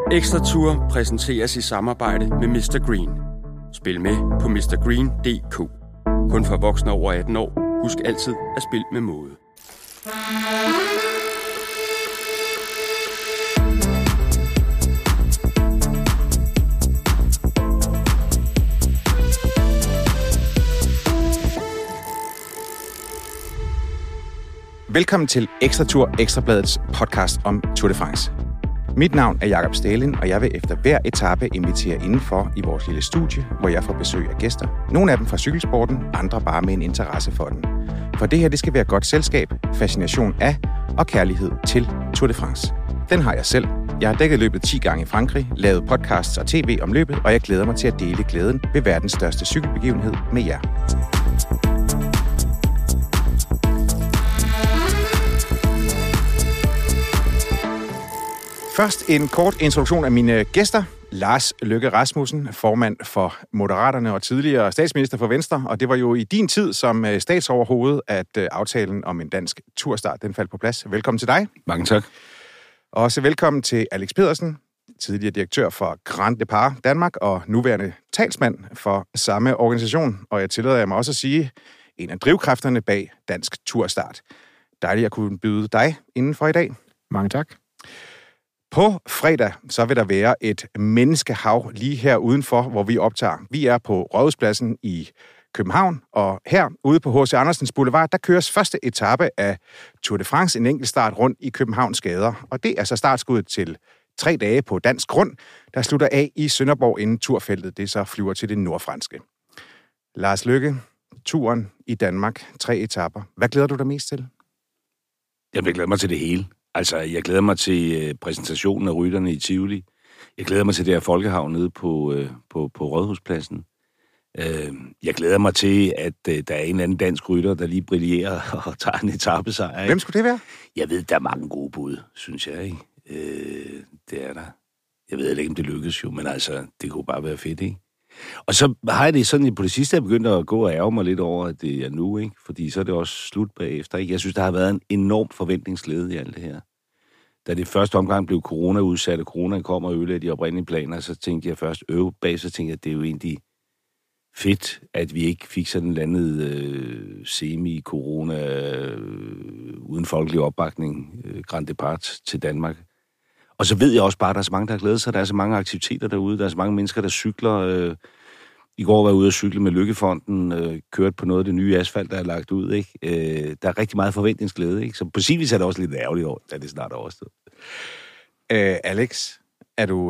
Ekstra Tour præsenteres i samarbejde med Mr. Green. Spil med på mrgreen.dk. Kun for voksne over 18 år. Husk altid at spille med måde. Velkommen til Ekstra Tour, Ekstrabladets podcast om Tour de France. Mit navn er Jakob Stalin, og jeg vil efter hver etape invitere indenfor i vores lille studie, hvor jeg får besøg af gæster. Nogle af dem fra cykelsporten, andre bare med en interesse for den. For det her, det skal være godt selskab, fascination af og kærlighed til Tour de France. Den har jeg selv. Jeg har dækket løbet 10 gange i Frankrig, lavet podcasts og tv om løbet, og jeg glæder mig til at dele glæden ved verdens største cykelbegivenhed med jer. Først en kort introduktion af mine gæster. Lars Løkke Rasmussen, formand for Moderaterne og tidligere statsminister for Venstre. Og det var jo i din tid som statsoverhoved, at aftalen om en dansk turstart den faldt på plads. Velkommen til dig. Mange tak. Også velkommen til Alex Pedersen, tidligere direktør for Grand Départ Danmark og nuværende talsmand for samme organisation. Og jeg tillader mig også at sige, en af drivkræfterne bag dansk turstart. Dejligt at kunne byde dig indenfor i dag. Mange tak. På fredag, så vil der være et menneskehav lige her udenfor, hvor vi optager. Vi er på Rådhuspladsen i København, og her ude på H.C. Andersens Boulevard, der køres første etape af Tour de France, en enkelt start rundt i Københavns gader. Og det er så startskuddet til 3 dage på dansk grund, der slutter af i Sønderborg, inden turfeltet det så flyver til det nordfranske. Lars Løkke, turen i Danmark, 3 etaper. Hvad glæder du dig mest til? Jeg glæder mig til det hele. Altså, jeg glæder mig til præsentationen af rytterne i Tivoli. Jeg glæder mig til det her folkehav nede på Rådhuspladsen. Jeg glæder mig til, at der er en eller anden dansk rytter, der lige brillerer og tager en etapesejr. Hvem skulle det være? Jeg ved, der er mange gode bud, synes jeg, ikke? Det er der. Jeg ved ikke, om det lykkes jo, men altså, det kunne bare være fedt, ikke? Og så har jeg det sådan, på det sidste, jeg begyndte at gå og ærge mig lidt over, at det er nu, ikke? Fordi så er det også slut bagefter, ikke? Jeg synes, der har været en enorm forventningsglæde i alt det her. Da det første omgang blev corona udsat, og corona kom og ødelagde de oprindelige planer, så tænkte jeg først bag, så tænkte jeg, at det er jo egentlig fedt, at vi ikke fik sådan en landet semi-corona uden folkelig opbakning, Grand Départ til Danmark. Og så ved jeg også bare, at der er så mange, der har glædet sig. Der er så mange aktiviteter derude. Der er så mange mennesker, der cykler. I går var jeg ude at cykle med Lykkefonden, kørt på noget af det nye asfalt, der er lagt ud. Ikke? Der er rigtig meget forventningsglæde. Ikke? Så på sin vis er det også lidt ærgerligt over, at det snart er overstået. Alex, er du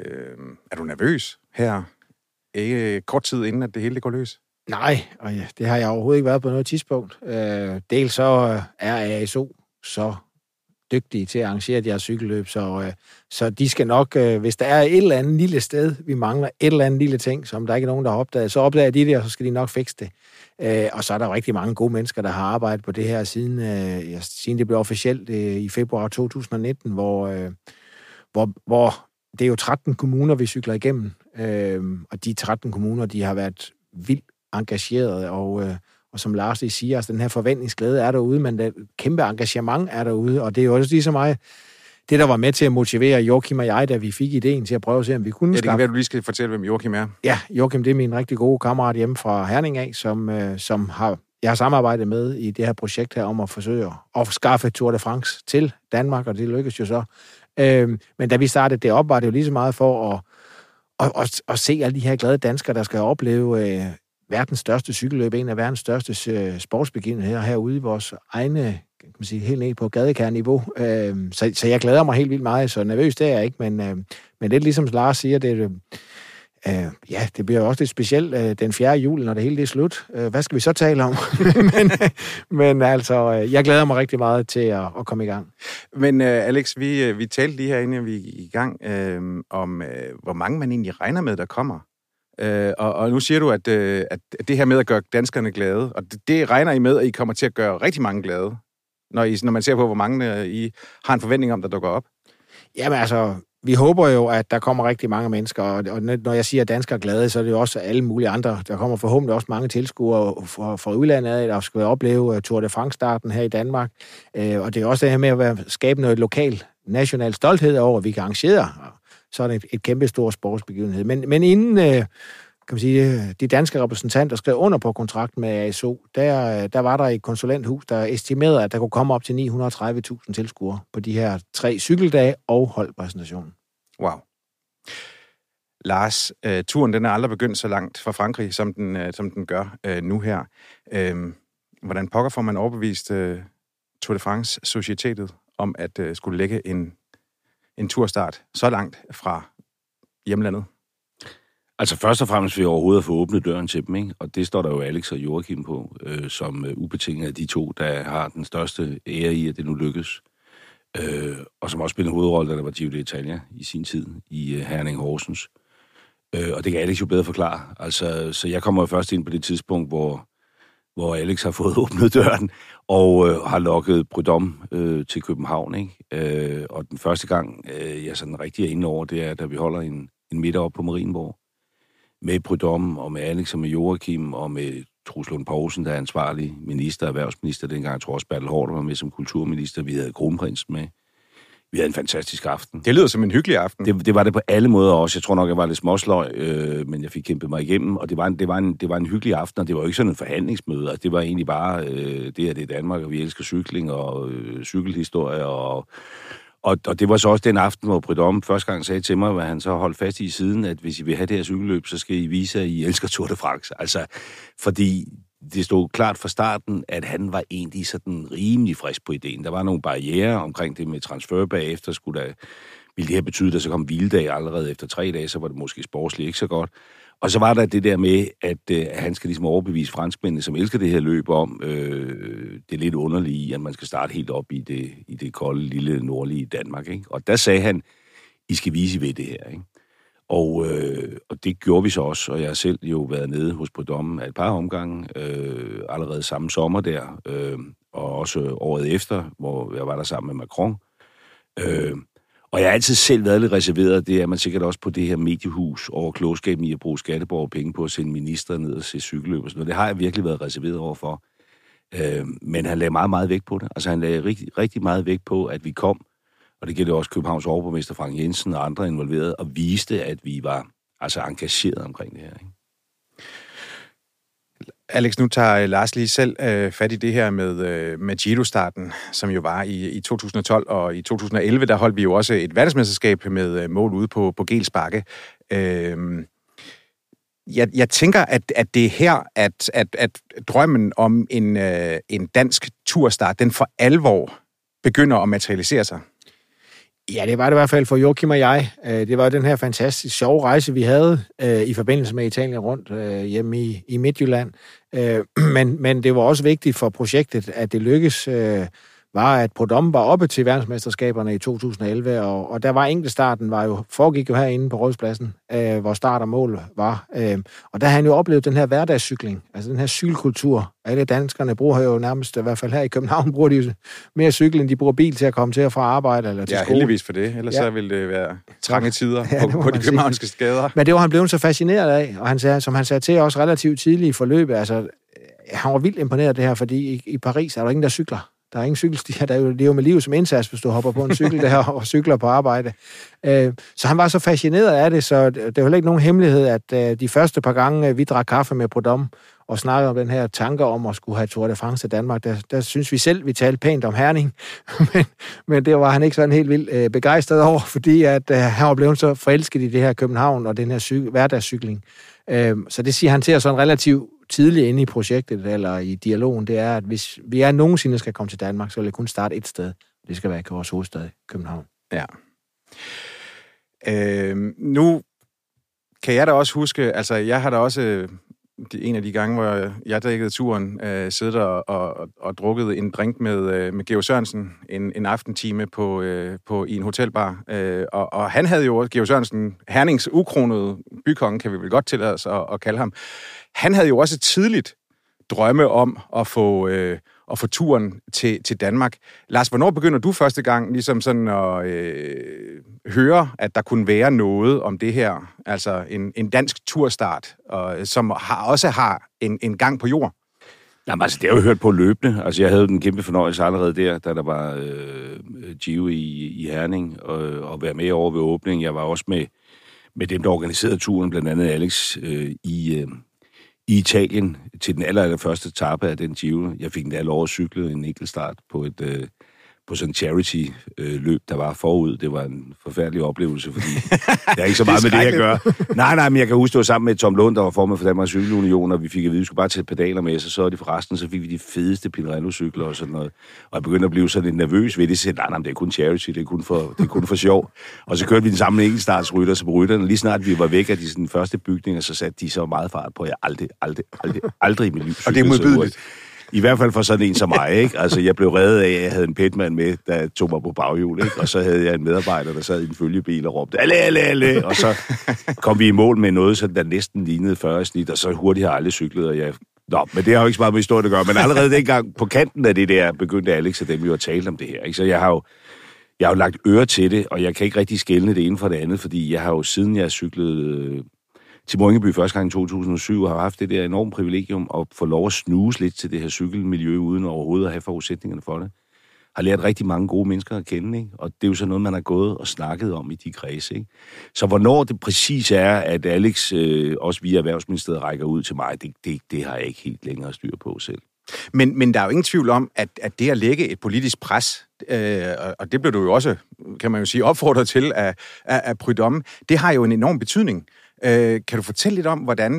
nervøs her? Ikke kort tid inden, at det hele går løs? Nej, og ja, det har jeg overhovedet ikke været på noget tidspunkt. Dels så er ASO så dygtige til at arrangere de her cykelløb, så de skal nok, hvis der er et eller andet lille sted, vi mangler et eller andet lille ting, som der ikke er nogen, der har opdaget, så opdager de det, og så skal de nok fikse det. Og så er der rigtig mange gode mennesker, der har arbejdet på det her siden det blev officielt i februar 2019, hvor det er jo 13 kommuner, vi cykler igennem, og de 13 kommuner, de har været vildt engagerede, og som Lars siger, altså den her forventningsglæde er derude, men det kæmpe engagement er derude, og det er jo også lige så meget det, der var med til at motivere Joachim og jeg, da vi fik ideen til at prøve at se, om vi kunne skaffe. Det kan være, du lige skal fortælle, hvem Joachim er. Ja, Joachim, det er min rigtig gode kammerat hjemme fra Herning af, som jeg har samarbejdet med i det her projekt her, om at forsøge at skaffe Tour de France til Danmark, og det lykkedes jo så. Men da vi startede det op, var det jo lige så meget for at se alle de her glade danskere, der skal opleve verdens største cykelløb, en af verdens største sportsbegivenheder herude i vores egne, kan man sige, helt ned på gadekærniveau. Så jeg glæder mig helt vildt meget, så nervøs det er jeg ikke, men det ligesom Lars siger, det bliver også lidt specielt den 4. juli, når det hele er slut. Hvad skal vi så tale om? men altså, jeg glæder mig rigtig meget til at komme i gang. Men Alex, vi talte lige herinde, vi er i gang, om hvor mange man egentlig regner med, der kommer. Og nu siger du, at det her med at gøre danskerne glade, og det regner I med, at I kommer til at gøre rigtig mange glade, når man ser på, hvor mange I har en forventning om, der dukker op? Jamen altså, vi håber jo, at der kommer rigtig mange mennesker, og når jeg siger danskere glade, så er det jo også alle mulige andre. Der kommer forhåbentlig også mange tilskuere fra udlandet, der skal opleve Tour de France-starten her i Danmark. Og det er også det her med at skabe noget lokal, national stolthed over, at vi kan arrangere sådan et kæmpe stort sportsbegivenhed. Men inden kan man sige, de danske repræsentanter skrev under på kontrakten med ASO, der var der et konsulenthus, der estimerede, at der kunne komme op til 930.000 tilskuere på de her 3 cykeldage og holdpræsentationen. Wow. Lars, turen den er aldrig begyndt så langt fra Frankrig, som den gør nu her. Hvordan pokker får man overbevist Tour de France Societetet om at skulle lægge en turstart så langt fra hjemlandet? Altså først og fremmest vil jeg overhovedet få åbnet døren til dem, ikke? Og det står der jo Alex og Joachim på, som ubetinget af de to, der har den største ære i, at det nu lykkes. Og som også spillede en hovedrolle, da der var Giro d'Italia i sin tid i Herning Horsens. Og det kan Alex jo bedre forklare. Altså, så jeg kommer jo først ind på det tidspunkt, hvor Alex har fået åbnet døren og har lokket Prudhomme til København, ikke? Og den første gang, jeg sådan rigtig er inde over, det er, da vi holder en middag op på Marienborg med Prudhomme og med Alex og med Joachim og med Troels Lund Poulsen, der er ansvarlig minister, erhvervsminister dengang. Jeg tror også, Bertel Haarder var med som kulturminister. Vi havde kronprinsen med. Vi havde en fantastisk aften. Det lyder som en hyggelig aften. Det var det på alle måder også. Jeg tror nok, jeg var lidt småsløj, men jeg fik kæmpet mig igennem, og det var en hyggelig aften, og det var jo ikke sådan en forhandlingsmøde. Altså, det var egentlig bare, det er Danmark, og vi elsker cykling og cykelhistorie, og det var så også den aften, hvor Prudhomme første gang sagde til mig, hvad han så holdt fast i siden, at hvis I vil have det her cykelløb, så skal I vise, at I elsker Tour de France. Altså, fordi det stod klart fra starten, at han var egentlig sådan rimelig frisk på ideen. Der var nogle barrierer omkring det med transfer bagefter. Ville det her betyde, at der så kom hviledag allerede efter 3 dage, så var det måske sportsligt ikke så godt. Og så var der det der med, at han skal ligesom overbevise franskmændene, som elsker det her løb om, det lidt underlige, at man skal starte helt op i det kolde, lille, nordlige Danmark, ikke? Og der sagde han, I skal vise ved det her, ikke? Og det gjorde vi så også, og jeg har selv jo været nede hos Prudhomme af et par omgange, allerede samme sommer der, og også året efter, hvor jeg var der sammen med Macron. Og jeg har altid selv været lidt reserveret, det er man sikkert også på det her mediehus over klogskaben i at bruge skatteborgerpenge på at sende minister ned og se cykelløb og sådan noget. Det har jeg virkelig været reserveret overfor. Men han lagde meget, meget vægt på det. Altså han lagde rigtig, rigtig meget vægt på, at vi kom, og det gælder også Københavns overborgmester Frank Jensen og andre involverede, og viste, at vi var altså engageret omkring det her, ikke? Alex, nu tager Lars lige selv fat i det her med Giro-starten, som jo var i 2012, og i 2011, der holdt vi jo også et verdensmesterskab med mål ude på Geels Bakke. Jeg tænker, at det er her, at drømmen om en dansk turstart, den for alvor begynder at materialisere sig. Ja, det var det i hvert fald for Joachim og jeg. Det var den her fantastisk sjove rejse, vi havde i forbindelse med Italien rundt hjemme i Midtjylland. Men det var også vigtigt for projektet, at det lykkes, var, at Prudhomme var oppe til verdensmesterskaberne i 2011, og der var enkeltstarten, foregik jo herinde på Rådhuspladsen, hvor start og mål var. Og der har han jo oplevet den her hverdagscykling, altså den her cykelkultur. Alle danskerne bruger jo nærmest, i hvert fald her i København, bruger de mere cykel, end de bruger bil til at komme til og fra arbejde eller til skole. Ja, heldigvis for det, ellers så ville det være trange tider på de københavnske skader. Men det var han blevet så fascineret af, og han sagde, som han sagde til os relativt tidligt i forløbet, altså han var vildt imponeret af det her, fordi i Paris er der ingen, der cykler. Der er ingen cykelstier, det er jo med livet som indsats, hvis du hopper på en cykel der og cykler på arbejde. Så han var så fascineret af det, så det er jo ikke nogen hemmelighed, at de første par gange, vi drak kaffe med Prudhomme og snakkede om den her tanke om at skulle have Tour de France til Danmark, der synes vi selv, vi talte pænt om Herning, men det var han ikke sådan helt vildt begejstret over, fordi at han var blevet så forelsket i det her København og den her hverdagscykling. Så det siger han til os sådan relativt tidligt inde i projektet, eller i dialogen, det er, at hvis vi nogensinde skal komme til Danmark, så vil det kun starte et sted. Det skal være i vores hovedstad, København. Ja. Nu kan jeg da også huske, altså jeg har da også en af de gange, hvor jeg dækkede turen, siddet og drukket en drink med Georg Sørensen en aftentime i en hotelbar. Og han havde jo, Georg Sørensen, Hernings ukronede bykonge, kan vi vel godt tillade os at kalde ham. Han havde jo også tidligt drømme om at få turen til Danmark. Lars, hvornår begynder du første gang ligesom sådan at høre, at der kunne være noget om det her? Altså en dansk turstart, som også har en gang på jord? Jamen, altså, det har jeg jo hørt på løbende. Altså, jeg havde den kæmpe fornøjelse allerede der, da der var Gio i Herning, og være med over ved åbningen. Jeg var også med dem, der organiserede turen, blandt andet Alex, i Italien til den allerførste etape af den Giro. Jeg fik endda lov at cykle en enkeltstart på sådan en charity-løb, der var forud. Det var en forfærdelig oplevelse, fordi der er ikke så meget med det, jeg gør. Nej, men jeg kan huske, det var sammen med Tom Lund, der var formand for Danmarks Cykelunion, og vi fik at vide, at vi skulle bare tage pedaler med, så er det forresten, så fik vi de fedeste Pinarello-cykler og sådan noget. Og jeg begyndte at blive sådan lidt nervøs ved det, så nej, det er kun charity, det er kun for sjov. Og så kørte vi den samme enkeltstartsrytter, så på rytterne, lige snart vi var væk af de sådan, første bygninger, så satte de så meget fart på, at jeg aldrig i mit liv cyklede. Og det er modbydeligt. I hvert fald for sådan en som mig, ikke? Altså, jeg blev reddet af, at jeg havde en petmand med, der tog mig på baghjul, ikke? Og så havde jeg en medarbejder, der sad i en følgebil og råbte, alle! Og så kom vi i mål med noget, så der næsten lignede 40 snit, og så hurtigt har jeg aldrig cyklet, og men det har jo ikke så meget med historie at gøre, men allerede dengang på kanten af det der, begyndte Alex og dem jo at tale om det her, ikke? Så jeg har jo lagt øre til det, og jeg kan ikke rigtig skelne det ene fra det andet, fordi jeg har jo, siden jeg cyklede til Morgengeby første gang i 2007, har haft det der enormt privilegium at få lov at snuse lidt til det her cykelmiljø, uden overhovedet at have forudsætningerne for det. Har lært rigtig mange gode mennesker at kende, ikke? Og det er jo så noget, man har gået og snakket om i de kredse, ikke? Så hvornår det præcis er, at Alex også via Erhvervsministeriet rækker ud til mig, det har jeg ikke helt længere styr på selv. Men der er jo ingen tvivl om, at det at lægge et politisk pres, og det blev du jo også, kan man jo sige, opfordret til af Prud'homme, det har jo en enorm betydning. Kan du fortælle lidt om, hvordan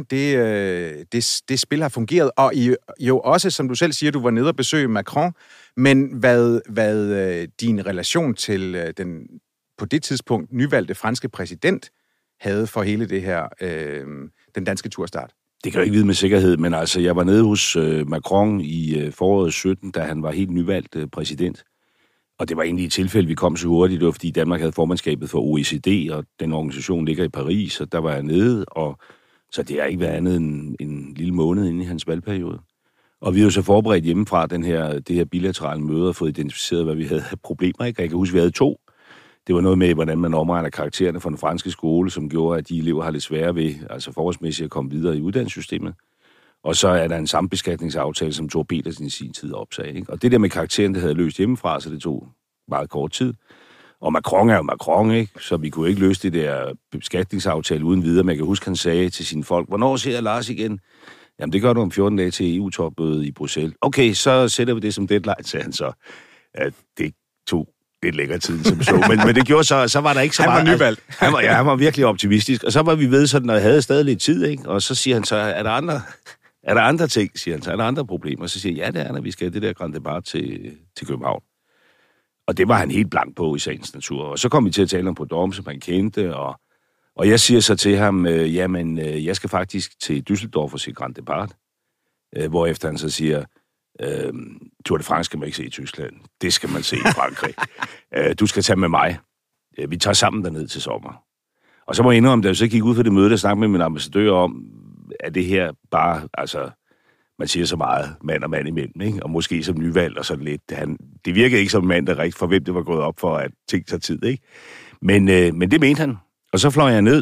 det spil har fungeret? Og jo også, som du selv siger, du var nede og besøge Macron, men hvad din relation til den på det tidspunkt nyvalgte franske præsident havde for hele det her, den danske turstart? Det kan jeg ikke vide med sikkerhed, men altså, jeg var nede hos Macron i foråret 17, da han var helt nyvalgt præsident. Og det var egentlig et tilfælde, vi kom så hurtigt, det var fordi Danmark havde formandskabet for OECD, og den organisation ligger i Paris, og der var jeg nede, og så det har ikke været andet end en lille måned inde i hans valgperiode. Og vi har jo så forberedt hjemmefra det her bilaterale møde og fået identificeret, hvad vi havde problemer, ikke? Og jeg kan huske, vi havde 2. Det var noget med, hvordan man omregner karaktererne fra den franske skole, som gjorde, at de elever har lidt sværere ved, altså forholdsmæssigt at komme videre i uddannelsessystemet. Og så er der en sambeskatningsaftale, som Thor Petersen i sin tid opsagde, ikke? Og det der med karakteren, det havde løst hjemmefra, så det tog meget kort tid. Og Macron er jo Macron, ikke? Så vi kunne ikke løse det der beskatningsaftale uden videre. Men jeg kan huske, han sagde til sine folk, hvornår ser jeg Lars igen? Jamen, det gør du om 14 dage til EU-topmødet i Bruxelles. Okay, så sætter vi det som deadline, sagde han så. Ja, det tog lidt længere tid, som så. Men det gjorde så var der ikke så meget. Han var nyvalgt. Han var virkelig optimistisk. Og så var vi ved sådan, og havde stadig lidt tid, ikke? Og så siger han så, er der andre ting, siger han så? Er der andre problemer? Og så siger jeg, ja, det er der. Vi skal have det der Grand Depart til København. Og det var han helt blank på i sagens natur. Og så kom vi til at tale om Prud'homme, som han kendte, og jeg siger så til ham, jamen, jeg skal faktisk til Düsseldorf og se Grand Depart. Hvorefter han så siger, Tour de France skal man ikke se i Tyskland. Det skal man se i Frankrig. Du skal tage med mig. Vi tager sammen derned til sommer. Og så må jeg indrømme, da jeg så gik ud for det møde, der snakkede med min ambassadør om, at det her bare, altså, man siger så meget mand og mand imellem, ikke? Og måske som nyvalg og sådan lidt. Det virkede ikke som en mand, der rigtig for hvem det var gået op for, at ting tager tid, ikke? Men det mente han. Og så fløj jeg ned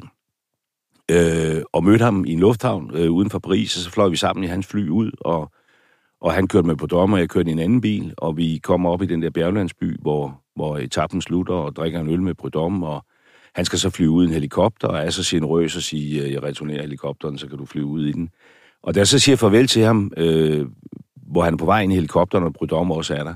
og mødte ham i en lufthavn uden for Paris, og så fløj vi sammen i hans fly ud, og han kørte med på Prud'homme, og jeg kørte i en anden bil, og vi kommer op i den der bjerglandsby, hvor etappen slutter, og drikker en øl med Prud'homme, og han skal så flyve ud i en helikopter, og er så generøs og sige, jeg returnerer helikopteren, så kan du flyve ud i den. Og da jeg så siger farvel til ham, hvor han er på vej ind i helikopteren, og Prud'homme også er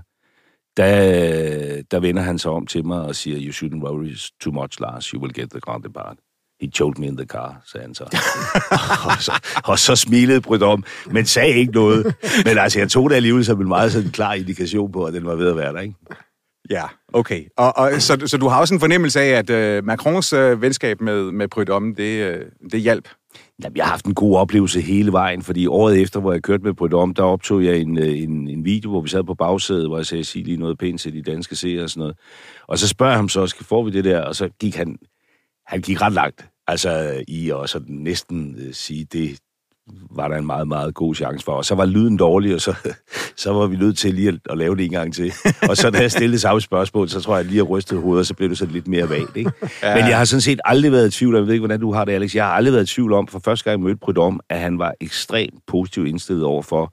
der vender han sig om til mig og siger, you shouldn't worry too much, Lars, you will get the Grand Depart. He told me in the car, sagde han så. og så smilede Prud'homme, men sagde ikke noget. Men altså, jeg tog det alligevel som en meget sådan klar indikation på, at den var ved at være der, ikke? Ja, okay. Og så du har også en fornemmelse af, at Macrons venskab med Prud'homme, det hjalp? Jamen, jeg har haft en god oplevelse hele vejen, fordi året efter, hvor jeg kørte med Prud'homme, der optog jeg en video, hvor vi sad på bagsædet, hvor jeg sagde, sig lige noget pænt til de danske seere og sådan noget. Og så spørger jeg ham så, får vi det der? Og så gik han gik ret langt, altså i at sådan næsten sige, det var der en meget, meget god chance for. Og så var lyden dårlig, og så var vi nødt til lige at lave det en gang til. Og så da jeg stillede samme spørgsmål, så tror jeg, at lige at rystede hovedet, og så blev det sådan lidt mere vagt, ikke? Ja. Men jeg har sådan set aldrig været i tvivl om, jeg ved ikke, hvordan du har det, Alex, jeg har aldrig været i tvivl om, for første gang jeg mødte Prud'homme, at han var ekstremt positivt indstillet over for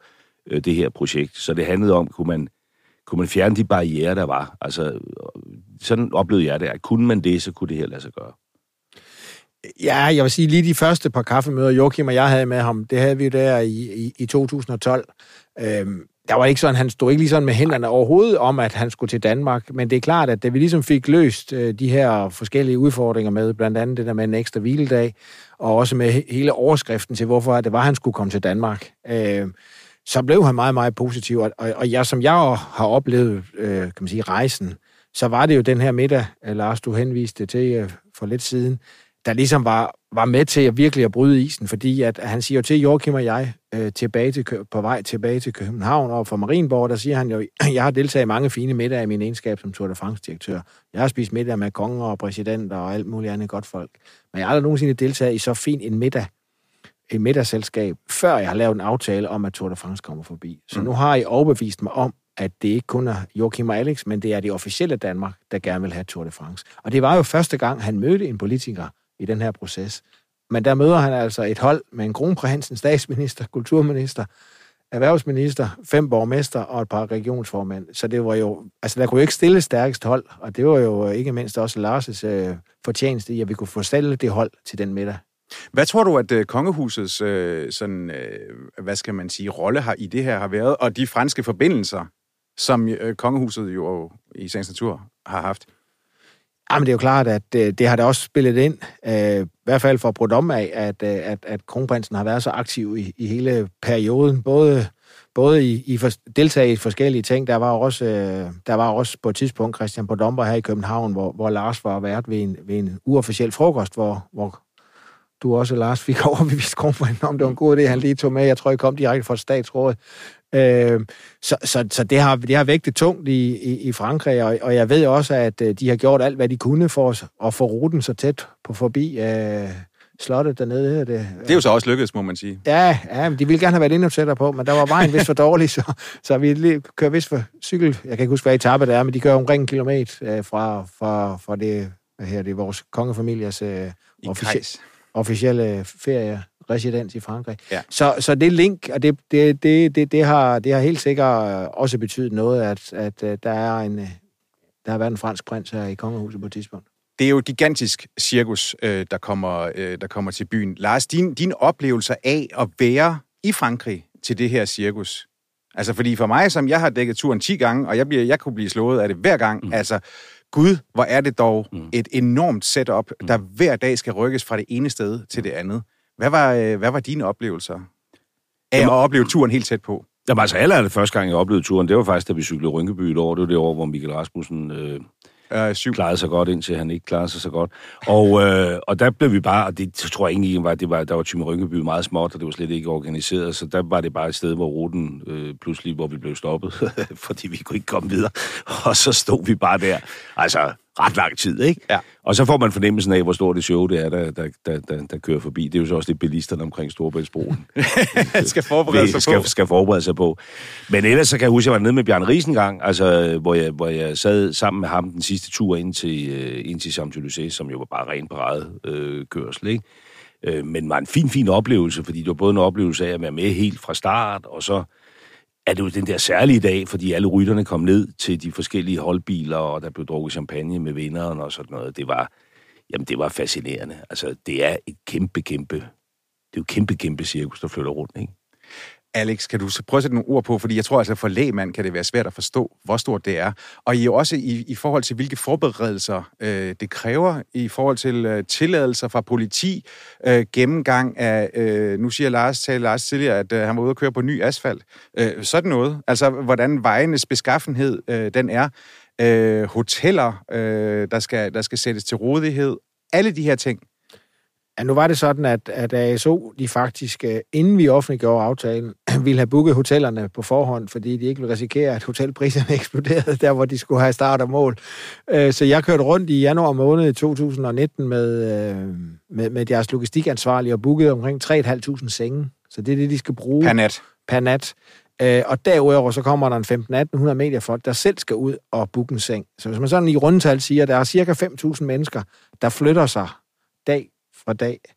det her projekt. Så det handlede om, kunne man fjerne de barrierer, der var. Altså, sådan oplevede jeg det, at kunne man det, så kunne det her lade sig gøre. Ja, jeg vil sige, lige de første par kaffemøder, Joachim og jeg havde med ham, det havde vi der i 2012. Der var ikke sådan, han stod ikke lige sådan med hænderne overhovedet om, at han skulle til Danmark, men det er klart, at da vi ligesom fik løst de her forskellige udfordringer med, blandt andet det der med en ekstra hviledag, og også med hele overskriften til, hvorfor det var, han skulle komme til Danmark, så blev han meget, meget positiv. Og jeg, som jeg har oplevet, kan man sige, rejsen, så var det jo den her middag, Lars, du henviste til for lidt siden, der ligesom var med til at virkelig at bryde isen, fordi at han siger jo til Joachim og jeg, på vej tilbage til København og fra Marienborg, der siger han jo, jeg har deltaget i mange fine middage i min egenskab som Tour de France-direktør. Jeg har spist middag med konger og præsidenter og alt muligt andet godt folk. Men jeg har aldrig nogensinde deltaget i så fin en middag, et middagsselskab, før jeg har lavet en aftale om, at Tour de France kommer forbi. Så nu har I overbevist mig om, at det ikke kun er Joachim og Alex, men det er det officielle Danmark, der gerne vil have Tour de France. Og det var jo første gang, han mødte en politiker i den her proces. Men der møder han altså et hold med en kronprins, en statsminister, kulturminister, erhvervsminister, 5 borgmester og et par regionsformænd. Så det var jo, altså der kunne jo ikke stille stærkest hold, og det var jo ikke mindst også Lars' fortjeneste i, at vi kunne få stillet det hold til den middag. Hvad tror du, at kongehusets hvad skal man sige, rolle i det her har været, og de franske forbindelser, som kongehuset jo i sagens natur har haft? Jamen, det er jo klart, at det har da også spillet ind, i hvert fald for Prudhomme af, at kronprinsen har været så aktiv i hele perioden, både i deltage i forskellige ting. Der var også på et tidspunkt Christian Prudhomme her i København, hvor Lars var vært ved en uofficiel frokost, hvor du også, Lars, fik overbevist kronprinsen om, det var en god idé, han lige tog med. Jeg tror, jeg kom direkte fra statsrådet. Så det har vægtet tungt i Frankrig, og jeg ved også, at de har gjort alt, hvad de kunne for at få ruten så tæt på forbi slottet dernede. Det er jo så også lykkedes, må man sige. Ja, men de ville gerne have været endnu tættere på, men der var vejen vist for dårlig, så vi lige kører vist for cykel. Jeg kan ikke huske, hvad etape det er, men de kører omkring en kilometer fra det, det er vores kongefamilies officielle ferieresidens i Frankrig. Ja. Så det link, og det har helt sikkert også betydet noget, at der har været en fransk prins her i kongehuset på et tidspunkt. Det er jo et gigantisk cirkus, der kommer til byen. Lars, dine oplevelser af at være i Frankrig til det her cirkus, altså fordi for mig, som jeg har dækket turen 10 gange, og jeg kunne blive slået af det hver gang, altså Gud, hvor er det dog et enormt setup, der hver dag skal rykkes fra det ene sted til det andet. Hvad var dine oplevelser af at opleve turen helt tæt på? Jamen altså, det første gang, jeg oplevede turen, det var faktisk, da vi cyklede Rynkeby et år. Det var det år, hvor Michael Rasmussen klarede sig godt, indtil han ikke klarede sig så godt. Og der blev vi bare, og det tror jeg egentlig der var Thyme Rynkeby meget småt, og det var slet ikke organiseret, så der var det bare et sted, hvor ruten pludselig, hvor vi blev stoppet, fordi vi kunne ikke komme videre. Og så stod vi bare der, altså ret lang tid, ikke? Ja. Og så får man fornemmelsen af, hvor stort det show det er, der kører forbi. Det er jo så også det bilisterne omkring Storebæltsbroen skal forberede sig på. Men ellers så kan jeg huske, at jeg var nede med Bjarne Riis en gang, altså, hvor jeg sad sammen med ham den sidste tur ind til Champs-Élysées, som jo var bare ren paradekørsel, ikke? Men var en fin oplevelse, fordi det var både en oplevelse af at være med helt fra start, og så er det jo den der særlige dag, fordi alle rytterne kom ned til de forskellige holdbiler, og der blev drukket champagne med vinderen og sådan noget. Det var fascinerende. Altså, det er et kæmpe cirkus, der flytter rundt, ikke? Alex, kan du så prøve at sætte nogle ord på, fordi jeg tror altså for lægmand kan det være svært at forstå, hvor stort det er. Og I også i forhold til, hvilke forberedelser det kræver, i forhold til tilladelser fra politi, gennemgang af, nu siger Lars tidligere, at han var ude at køre på ny asfalt. Sådan noget. Altså, hvordan vejenes beskaffenhed den er. Hoteller, der skal sættes til rådighed. Alle de her ting. Ja, nu var det sådan, at ASO, de faktisk, inden vi offentliggjorde aftalen, ville have booket hotellerne på forhånd, fordi de ikke ville risikere, at hotelpriserne eksploderede, der hvor de skulle have start og mål. Så jeg kørte rundt i januar måned 2019 med deres logistikansvarlige og bookede omkring 3.500 senge. Så det er det, de skal bruge. Per nat. Og derudover så kommer der en 1.500-1.800 mediefolk, der selv skal ud og booke en seng. Så hvis man sådan i rundtal siger, at der er cirka 5.000 mennesker, der flytter sig dag fra dag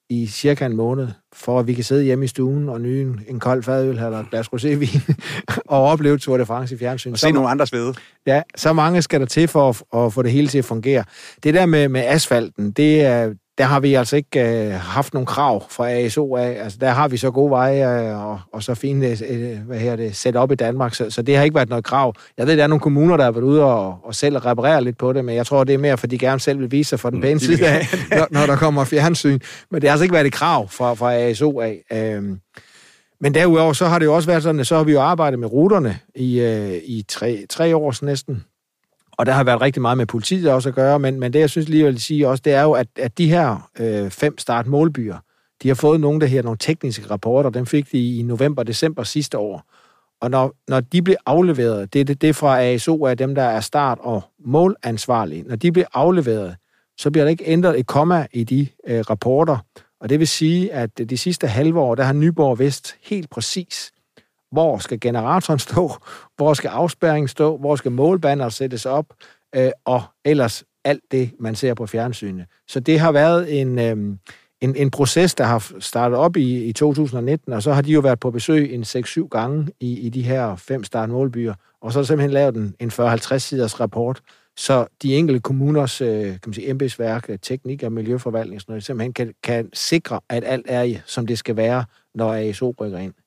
i cirka en måned, for at vi kan sidde hjemme i stuen og nyde en kold fadøl eller et glas rosévin og opleve Tour de France i fjernsyn. Og se nogle andre svede. Ja, så mange skal der til for at få det hele til at fungere. Det der med asfalten, der har vi altså ikke haft nogen krav fra ASO af. Altså, der har vi så gode veje og så fine set op i Danmark, så det har ikke været noget krav. Jeg ved, der er nogle kommuner, der har været ude og selv reparere lidt på det, men jeg tror, det er mere, fordi de gerne selv vil vise sig fra den pæne side af, når der kommer fjernsyn. Men det har altså ikke været et krav fra ASO af. Men derudover, så har det jo også været sådan, at så har vi jo arbejdet med ruterne i 3 år næsten. Og der har været rigtig meget med politiet også at gøre, men det, jeg synes lige vil sige også, det er jo, at de her 5 startmålbyer, de har fået nogle tekniske rapporter, dem fik de i november-december sidste år. Og når de bliver afleveret, det er fra ASO af dem, der er start- og målansvarlige, når de bliver afleveret, så bliver der ikke ændret et komma i de rapporter. Og det vil sige, at de sidste halve år, der har Nyborg vidst helt præcis, hvor skal generatoren stå, hvor skal afspærringen stå, hvor skal målbander sættes op, og ellers alt det, man ser på fjernsynet. Så det har været en proces, der har startet op i 2019, og så har de jo været på besøg en 6-7 gange i de her 5 startmålbyer, og så har simpelthen lavet en 40-50 siders rapport, så de enkelte kommuners embedsværk, teknik og miljøforvaltning sådan noget, simpelthen kan sikre, at alt er som det skal være, når ASO rykker ind.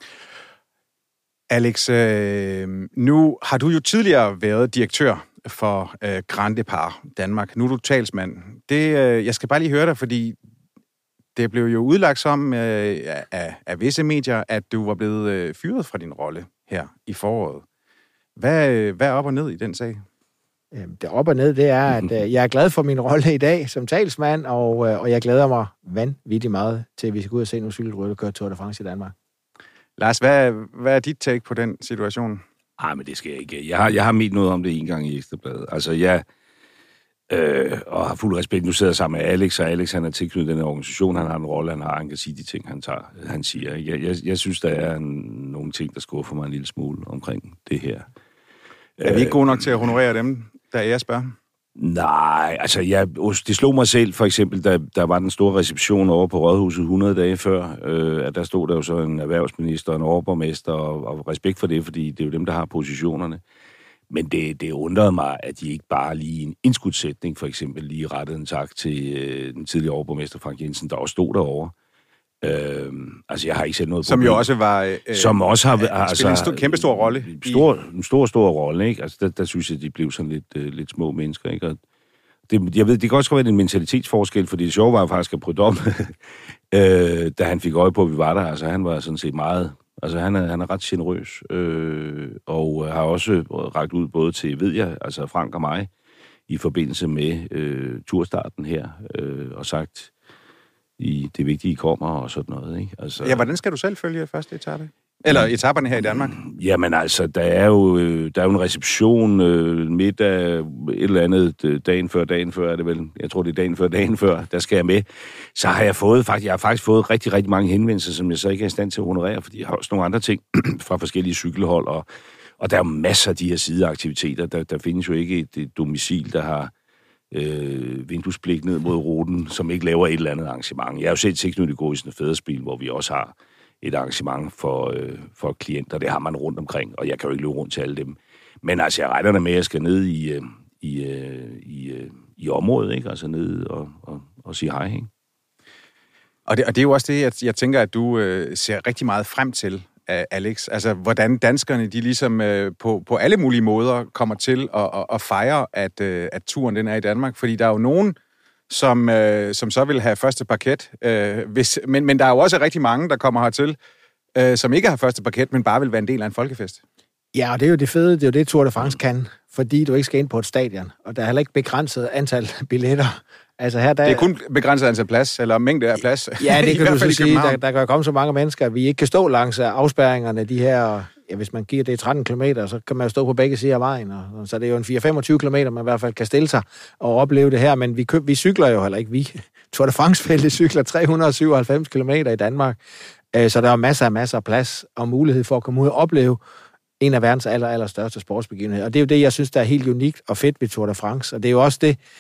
Alex, nu har du jo tidligere været direktør for Grand Départ Danmark. Nu er du talsmand. Jeg skal bare lige høre dig, fordi det blev jo udlagt som af visse medier, at du var blevet fyret fra din rolle her i foråret. Hvad er op og ned i den sag? Det op og ned, det er, at jeg er glad for min rolle i dag som talsmand, og jeg glæder mig vanvittigt meget til, at vi skal ud og se nogle cykelrytter køre Tour de France i Danmark. Lars, hvad er dit take på den situation? Nej, men det skal jeg ikke. Jeg har ment noget om det en gang i Ekstrabladet. Altså, jeg har fuld respekt. Nu sidder jeg sammen med Alex, og Alex, han er tilknyttet den her organisation. Han har en rolle, han kan sige de ting, han siger. Jeg synes, der er nogle ting, der skuffer mig en lille smule omkring det her. Er vi ikke gode nok til at honorere dem, der er spørger? Nej, altså det slog mig selv, for eksempel, da der var den store reception over på Rådhuset 100 dage før, at der stod der jo så en erhvervsminister, en overborgmester, og respekt for det, fordi det er jo dem, der har positionerne. Men det undrede mig, at de ikke bare lige en indskudssætning, for eksempel, lige rettede en tak til den tidligere overborgmester Frank Jensen, der også stod derovre. Altså, jeg har ikke set noget som jo også var... som også har spillet en kæmpestor rolle. En stor rolle, ikke? Altså, der synes jeg, de blev sådan lidt små mennesker, ikke? Og jeg ved, det kan også være en mentalitetsforskel, fordi det sjove var faktisk at Prudhomme, da han fik øje på, at vi var der. Altså, han var sådan set meget... Altså, han er ret generøs, og har også rakt ud både til, ved jeg, altså Frank og mig, i forbindelse med turstarten her, og sagt... det vigtige kommer og sådan noget, ikke? Altså, ja, hvordan skal du selv følge første etape? Eller etaperne her i Danmark? Jamen altså, der er jo en reception middag, et eller andet dagen før er det vel. Jeg tror, det er dagen før, der skal jeg med. Så har jeg faktisk fået rigtig, rigtig mange henvendelser, som jeg så ikke er i stand til at honorere, fordi jeg har også nogle andre ting fra forskellige cykelhold, og der er jo masser af de her sideaktiviteter. Der findes jo ikke et domicil, der har vinduesblik ned mod ruten, som ikke laver et eller andet arrangement. Jeg har jo set tilknyttet gå i sådan et fædrespil, hvor vi også har et arrangement for klienter. Det har man rundt omkring, og jeg kan jo ikke løbe rundt til alle dem. Men altså, jeg regner med, at jeg skal ned i området, ikke? Altså ned og sige hej, ikke? Og det er jo også det, jeg tænker, at du ser rigtig meget frem til, Alex. Altså, hvordan danskerne, de ligesom på alle mulige måder kommer til at fejre, at turen den er i Danmark. Fordi der er jo nogen, som så vil have første parket. Men der er jo også rigtig mange, der kommer hertil, som ikke har første parket, men bare vil være en del af en folkefest. Ja, og det er jo det fede. Det er jo det, Tour de France kan. Fordi du ikke skal ind på et stadion. Og der er heller ikke begrænset antal billetter. Altså her, det er kun begrænset antal plads, eller mængde af plads. Ja, det kan du så sige. Der kan komme så mange mennesker, at vi ikke kan stå langs afspærringerne. De her, ja, hvis man giver det 13 kilometer, så kan man jo stå på begge sider af vejen. Og så det er jo en 4-25 kilometer, man i hvert fald kan stille sig og opleve det her. Men vi cykler jo heller ikke. Tour de France-feltet cykler 397 kilometer i Danmark. Så der er masser af plads og mulighed for at komme ud og opleve en af verdens allerstørste sportsbegivenheder. Og det er jo det, jeg synes, der er helt unikt og fedt ved Tour de France. Og det er jo også det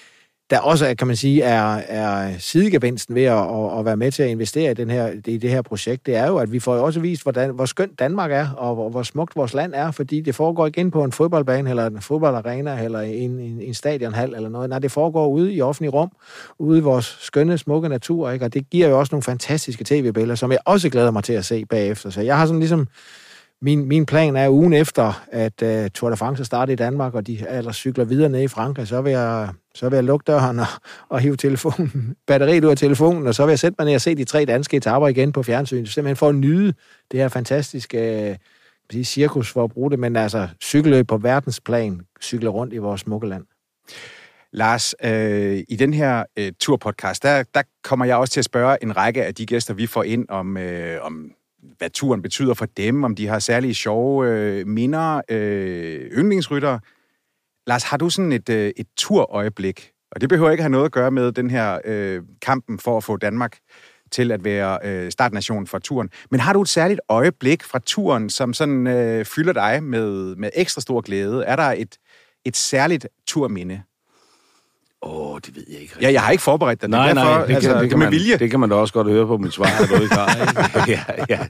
der også, kan man sige, er sidegevinsten ved at være med til at investere i det her projekt, det er jo, at vi får også vist, hvor skønt Danmark er, og hvor smukt vores land er, fordi det foregår ikke ind på en fodboldbane, eller en fodboldarena, eller en stadionhal, eller noget. Nej, det foregår ude i offentlig rum, ude i vores skønne, smukke natur, ikke? Og det giver jo også nogle fantastiske tv-billeder, som jeg også glæder mig til at se bagefter. Så jeg har sådan ligesom Min plan er ugen efter, at Tour de France starter i Danmark, og de ellers cykler videre ned i Frankrig, så vil jeg lukke døren og hive batteriet ud af telefonen, og så vil jeg sætte mig ned og se de 3 danske etaper igen på fjernsyn, simpelthen for at nyde det her fantastiske cirkus, for at bruge det, men altså cykelløb på verdensplan, cykle rundt i vores smukke land. Lars, i den her turpodcast, der kommer jeg også til at spørge en række af de gæster, vi får ind om hvad turen betyder for dem, om de har særlige sjove minder, yndlingsryttere. Lars, har du sådan et turøjeblik? Og det behøver ikke have noget at gøre med den her kampen for at få Danmark til at være startnation for turen. Men har du et særligt øjeblik fra turen, som sådan fylder dig med ekstra stor glæde? Er der et særligt turminde? Det ved jeg ikke. Ja, jeg har ikke forberedt dig. Nej, det kan man da også godt høre på mit svar, at du ikke har. Ja.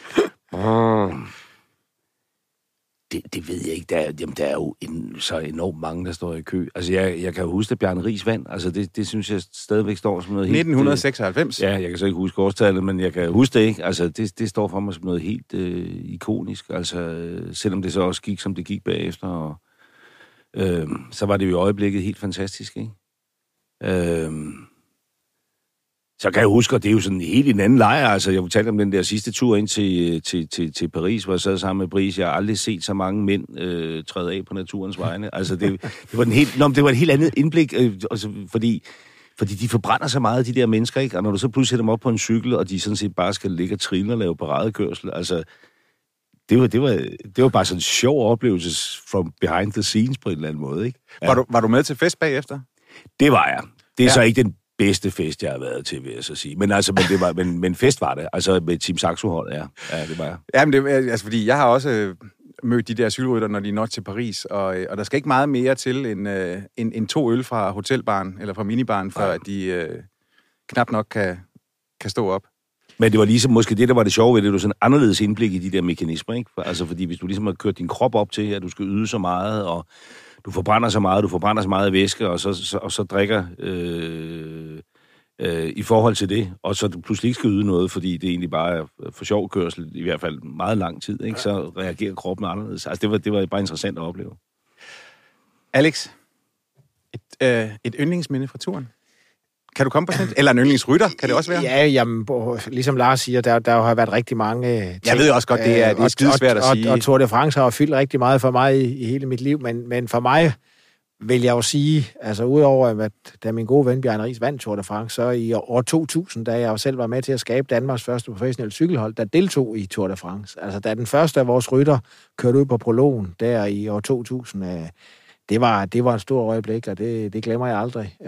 Det ved jeg ikke. Der er jo så enormt mange, der står i kø. Altså, jeg kan jo huske, at Bjarne Riis vandt. Altså, det synes jeg stadigvæk står som noget helt... 1996? Ja, jeg kan så ikke huske årstallet, men jeg kan huske det, ikke? Altså, det står for mig som noget helt ikonisk. Altså, selvom det så også gik, som det gik bagefter, og så var det jo i øjeblikket helt fantastisk, ikke? Så kan jeg huske, og det er jo sådan helt i en anden lejr, altså jeg fortalte om den der sidste tur ind til Paris, hvor jeg sad sammen med Paris. Jeg har aldrig set så mange mænd træde af på naturens vegne. Altså det var et helt andet indblik, fordi de forbrænder så meget, de der mennesker, ikke? Og når du så pludselig sætter dem op på en cykel, og de sådan set bare skal ligge og trille og lave paradekørsel, altså det var bare sådan en sjov oplevelse from behind the scenes på en eller anden måde, ikke? Ja. Var du med til fest bagefter? Det var jeg. Det er så ikke den bedste fest, jeg har været til, vil jeg så sige. Men fest var det. Altså med Team Saxo-hold, ja. Ja, det var jeg. Ja, men det er altså fordi, jeg har også mødt de der cykelrytter, når de når til Paris, og der skal ikke meget mere til end 2 øl fra hotelbaren, eller fra minibaren, før at de knap nok kan stå op. Men det var ligesom måske det, der var det sjove ved det, du sådan anderledes indblik i de der mekanismer, ikke? Altså fordi hvis du ligesom har kørt din krop op til, at du skal yde så meget, og du forbrænder så meget væske, og så drikker i forhold til det, og så du pludselig ikke skal yde noget, fordi det egentlig bare er for sjov kørsel, i hvert fald meget lang tid, ikke? Så reagerer kroppen anderledes. Altså det var bare interessant at opleve. Alex, et yndlingsminde fra turen? Kan du komme på sådan? Eller en yndlingsrytter, kan det også være? Ja, jamen, ligesom Lars siger, der har været rigtig mange ting. Jeg ved også godt, det er skidesvært at sige. Og Tour de France har fyldt rigtig meget for mig i hele mit liv, men for mig vil jeg jo sige, altså udover at da min gode ven Bjarne Riis vandt Tour de France, så i år 2000, da jeg jo selv var med til at skabe Danmarks første professionelle cykelhold, der deltog i Tour de France. Altså da den første af vores rytter kørte ud på prologen der i år 2000, det var en stor øjeblik, og det glemmer jeg aldrig.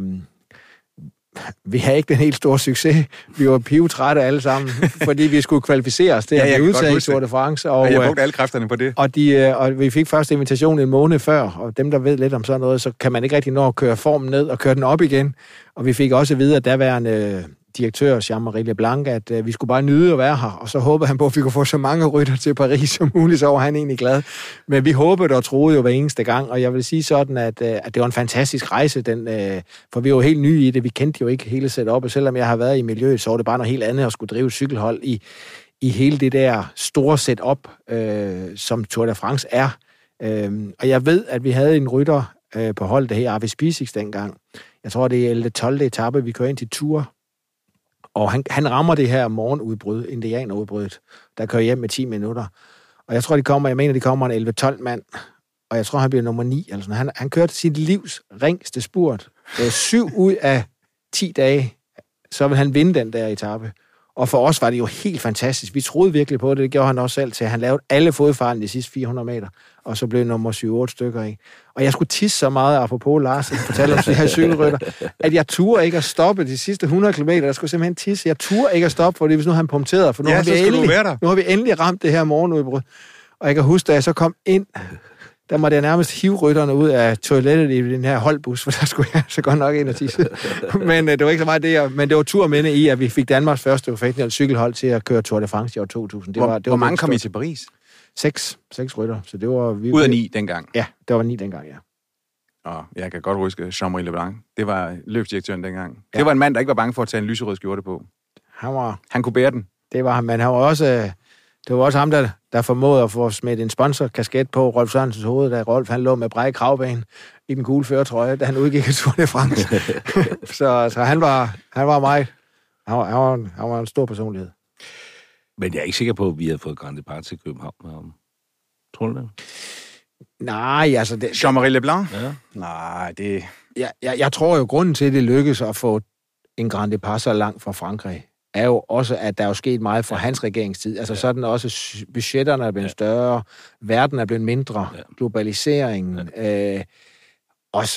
Vi havde ikke den helt store succes. Vi var pivtrætte alle sammen, fordi vi skulle kvalificere os til at blive udtaget i Tour de France. Og jeg brugte alle kræfterne på det. Og vi fik først invitation en måned før, og dem, der ved lidt om sådan noget, så kan man ikke rigtig nå at køre formen ned og køre den op igen. Og vi fik også at vide, at daværende direktør, Jean-Marie Leblanc, at vi skulle bare nyde at være her, og så håbede han på, at vi kunne få så mange rytter til Paris som muligt, så var han egentlig glad. Men vi håbede og troede jo hver eneste gang, og jeg vil sige sådan, at det var en fantastisk rejse, for vi var jo helt nye i det, vi kendte jo ikke hele setup'et, selvom jeg har været i miljøet, så var det bare noget helt andet at skulle drive cykelhold i hele det der store setup, som Tour de France er. Og jeg ved, at vi havde en rytter på holdet, der her Arvid Spisix dengang. Jeg tror, det er 12. etape, vi kører ind til Tour. Og han rammer det her morgenudbrud, indianerudbruddet, der kører hjem med 10 minutter. Og jeg tror, de kommer en 11-12 mand, og jeg tror, han bliver nummer 9. Eller sådan. Han kørte sit livs ringste spurt. 7 ud af 10 dage, så vil han vinde den der etape. Og for os var det jo helt fantastisk. Vi troede virkelig på det. Det gjorde han også selv til. Han lavede alle fodfejlen de sidste 400 meter, og så blev nummer 7-8 stykker af. Og jeg skulle tisse så meget, apropos Lars, fortælle om de her cykelrytter, at jeg turde ikke at stoppe de sidste 100 km. Jeg skulle simpelthen tisse. Jeg turde ikke at stoppe, fordi hvis nu han punkterede, for nu har vi endelig ramt det her morgenudbrud. Og jeg kan huske, da jeg så kom ind der måtte jeg nærmest hive rytterne ud af toilettet i den her holdbus, for der skulle jeg så godt nok ind og tisse. Men det var ikke så meget det, men det var turminde i, at vi fik Danmarks første professionelle cykelhold til at køre Tour de France i år 2000. Hvor mange kom I til Paris? 6 rytter. Så det var, ud af 9 dengang? Ja, det var 9 dengang, ja. Og jeg kan godt huske Jean-Marie Leblanc. Det var løbsdirektøren dengang. Ja. Det var en mand, der ikke var bange for at tage en lyserød skjorte på. Han kunne bære den. Det var ham, men han var også... Det var også ham, der formåede at få smidt en sponsorkasket på Rolf Sørensens hoved, da Rolf han lå med brække kravben i den gule førertrøje, da han udgik i Tour de France. så han var meget... Han var en stor personlighed. Men jeg er ikke sikker på, at vi har fået Grand Depart til København med ham. Tror du det? Nej, altså... Jean-Marie Leblanc? Ja. Nej, det... Jeg tror jo, grunden til, at det lykkes at få en Grand Depart så langt fra Frankrig, er jo også, at der er jo sket meget fra hans regeringstid. Altså sådan også budgetterne er blevet større, verden er blevet mindre, globaliseringen. Ja. Og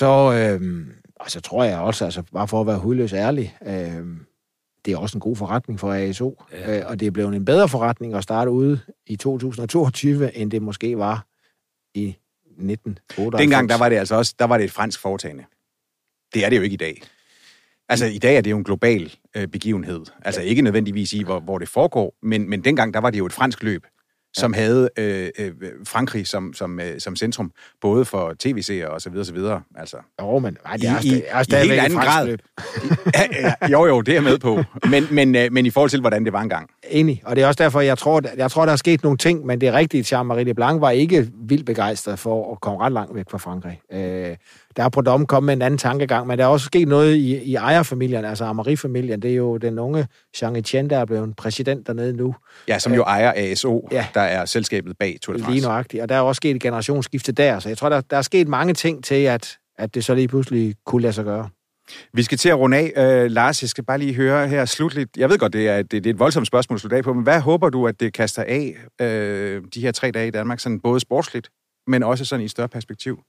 så tror jeg også, altså bare for at være hudløs ærlig, det er også en god forretning for ASO, og det er blevet en bedre forretning at starte ude i 2022, end det måske var i 1998. Dengang, der var det altså også, der var det et fransk foretagende. Det er det jo ikke i dag. Altså, i dag er det jo en global begivenhed. Altså, ikke nødvendigvis i, hvor det foregår, men dengang, der var det jo et fransk løb, som havde Frankrig som centrum, både for tv-serier og så videre, så videre. Altså, jo, men det er stadigvæk et fransk løb. jo, det er med på. Men i forhold til, hvordan det var engang. Enig, og det er også derfor, jeg tror, der er sket nogle ting, men det er rigtigt, Jean-Marie Leblanc var ikke vildt begejstret for at komme ret langt væk fra Frankrig. Der er Prudhomme kommet med en anden tankegang, men der er også sket noget i ejerfamilien, altså Amaury-familien. Det er jo den unge Jean Etienne, der er blevet præsident dernede nu. Ja, som jo ejer ASO, der er selskabet bag Tour de France. Lige nøjagtigt, og der er også sket et generationsskifte der, så jeg tror, der er sket mange ting til, at det så lige pludselig kunne lade sig gøre. Vi skal til at runde af. Lars, jeg skal bare lige høre her slutligt. Jeg ved godt, det er et voldsomt spørgsmål at slutte af på, men hvad håber du, at det kaster af de her 3 dage i Danmark, sådan både sportsligt, men også sådan i et større perspektiv?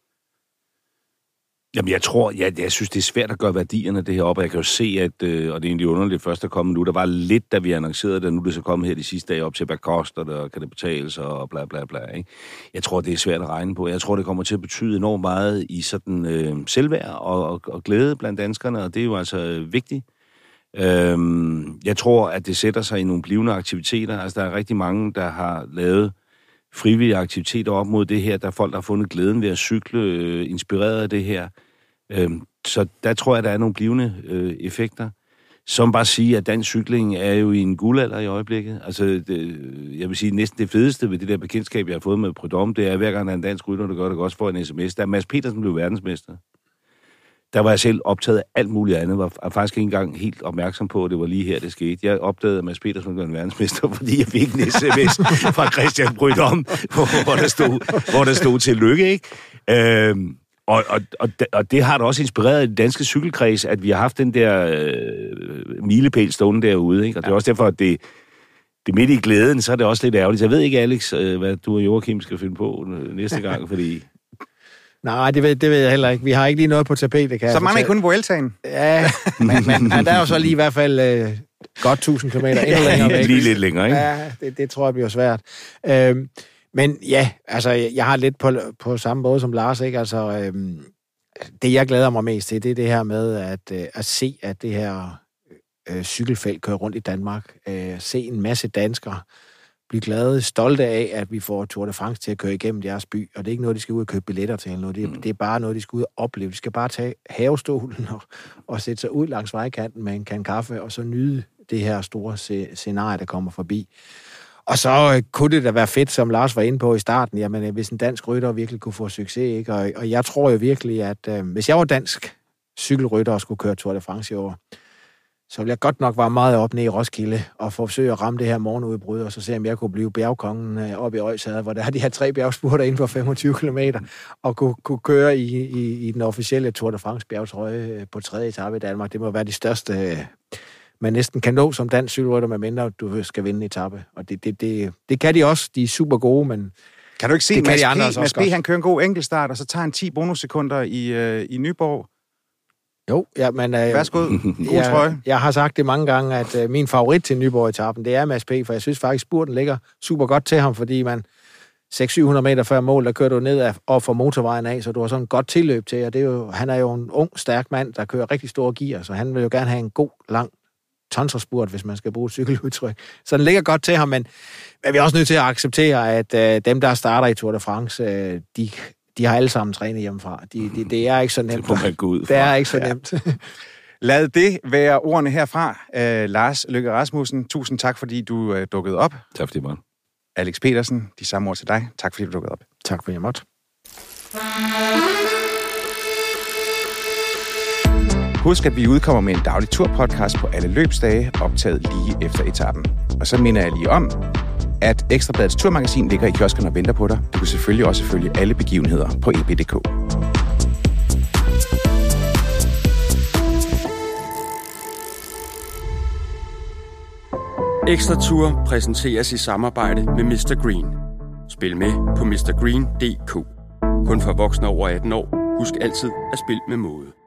Jamen, jeg synes, det er svært at gøre værdierne det her op, og jeg kan jo se, at, og det er egentlig underligt først at komme nu, der var lidt, da vi annoncerede det, nu er det så kommet her de sidste dage op til, hvad koster det, og kan det betales, og bla bla bla, ikke? Jeg tror, det er svært at regne på. Jeg tror, det kommer til at betyde enormt meget i sådan selvværd og glæde blandt danskerne, og det er jo altså vigtigt. Jeg tror, at det sætter sig i nogle blivende aktiviteter. Altså, der er rigtig mange, der har lavet frivillige aktiviteter op mod det her. Der er folk, der har fundet glæden ved at cykle, inspireret af det her. Så der tror jeg, der er nogle blivende effekter. Som bare sige, at dansk cykling er jo i en guldalder i øjeblikket. Altså, jeg vil sige, næsten det fedeste ved det der bekendtskab, jeg har fået med Prudhomme, det er, hver gang der er en dansk rytter, der gør det godt, får en sms. Da Mads Petersen blev verdensmester, der var jeg selv optaget af alt muligt andet. Var faktisk ikke engang helt opmærksom på, at det var lige her, det skete. Jeg opdagede, at Mads Petersen blev en verdensmester, fordi jeg fik en sms fra Christian Prudhomme, hvor der stod til lykke, ikke? Og det har da også inspireret den danske cykelkreds, at vi har haft den der milepæl stående derude, ikke? Og det er også derfor, at det midt i glæden, så er det også lidt ærgerligt. Jeg ved ikke, Alex, hvad du og Joachim skal finde på næste gang, fordi... Nej, det ved jeg heller ikke. Vi har ikke lige noget på tapetet, kan så mangler ikke kun Vueltaen. Ja, men der er jo så lige i hvert fald godt 1000 km endnu længere væk. Lige lidt længere, ikke? Ja, det tror jeg bliver svært. Men ja, altså, jeg har lidt på samme måde som Lars, ikke? Altså, det jeg glæder mig mest til, det er det her med at se, at det her cykelfelt kører rundt i Danmark. Se en masse danskere blive glade, stolte af, at vi får Tour de France til at køre igennem deres by, og det er ikke noget, de skal ud og købe billetter til, eller noget. Det er bare noget, de skal ud og opleve. De skal bare tage havestolen og sætte sig ud langs vejkanten med en kan kaffe, og så nyde det her store scenarie, der kommer forbi. Og så kunne det da være fedt, som Lars var inde på i starten, jamen hvis en dansk rytter virkelig kunne få succes, ikke? Og jeg tror jo virkelig, at hvis jeg var dansk cykelrytter og skulle køre Tour de France i år, så ville jeg godt nok være meget op ned i Roskilde og forsøge at ramme det her morgenudbrud, og så se, om jeg kunne blive bjergkongen oppe i Odsherred, hvor der er de her 3 bjergspurter inden for 25 kilometer, og kunne køre i den officielle Tour de France bjergtrøje på 3. etape i Danmark. Det må være de største, man næsten kan nå som dansk cykelrytter, medmindre du skal vinde etape. Og det kan de også. De er super gode, men... Kan du ikke se, Mads P. Han kører en god enkeltstart, og så tager han 10 bonussekunder i Nyborg? Jo, ja, men... Værsgo, god trøje. Jeg har sagt det mange gange, at min favorit til Nyborg-etappen, det er Mads P., for jeg synes faktisk, spurten ligger super godt til ham, fordi 600-700 meter før mål, der kører du ned og får motorvejen af, så du har sådan et godt tilløb til, og han er jo en ung, stærk mand, der kører rigtig store gear, så han vil jo gerne have en god, lang tonserspurt, hvis man skal bruge et cykeludtryk. Så den ligger godt til ham, men vi er også nødt til at acceptere, at dem, der starter i Tour de France, de har alle sammen trænet hjemmefra. Det er ikke så nemt. Det må man gå ud fra. Det er ikke så nemt. Lad det være ordene herfra. Lars Løkke Rasmussen, tusind tak, fordi du dukkede op. Tak fordi man. Alex Petersen, de samme ord til dig. Tak fordi du dukkede op. Tak fordi jeg måtte. Husk, at vi udkommer med en daglig turpodcast på alle løbsdage, optaget lige efter etappen. Og så minder jeg lige om, at Ekstra Bladets turmagasin ligger i kiosken og venter på dig. Du kan selvfølgelig også følge alle begivenheder på ep.dk. Ekstra Tour præsenteres i samarbejde med Mr. Green. Spil med på mrgreen.dk. Kun for voksne over 18 år. Husk altid at spille med måde.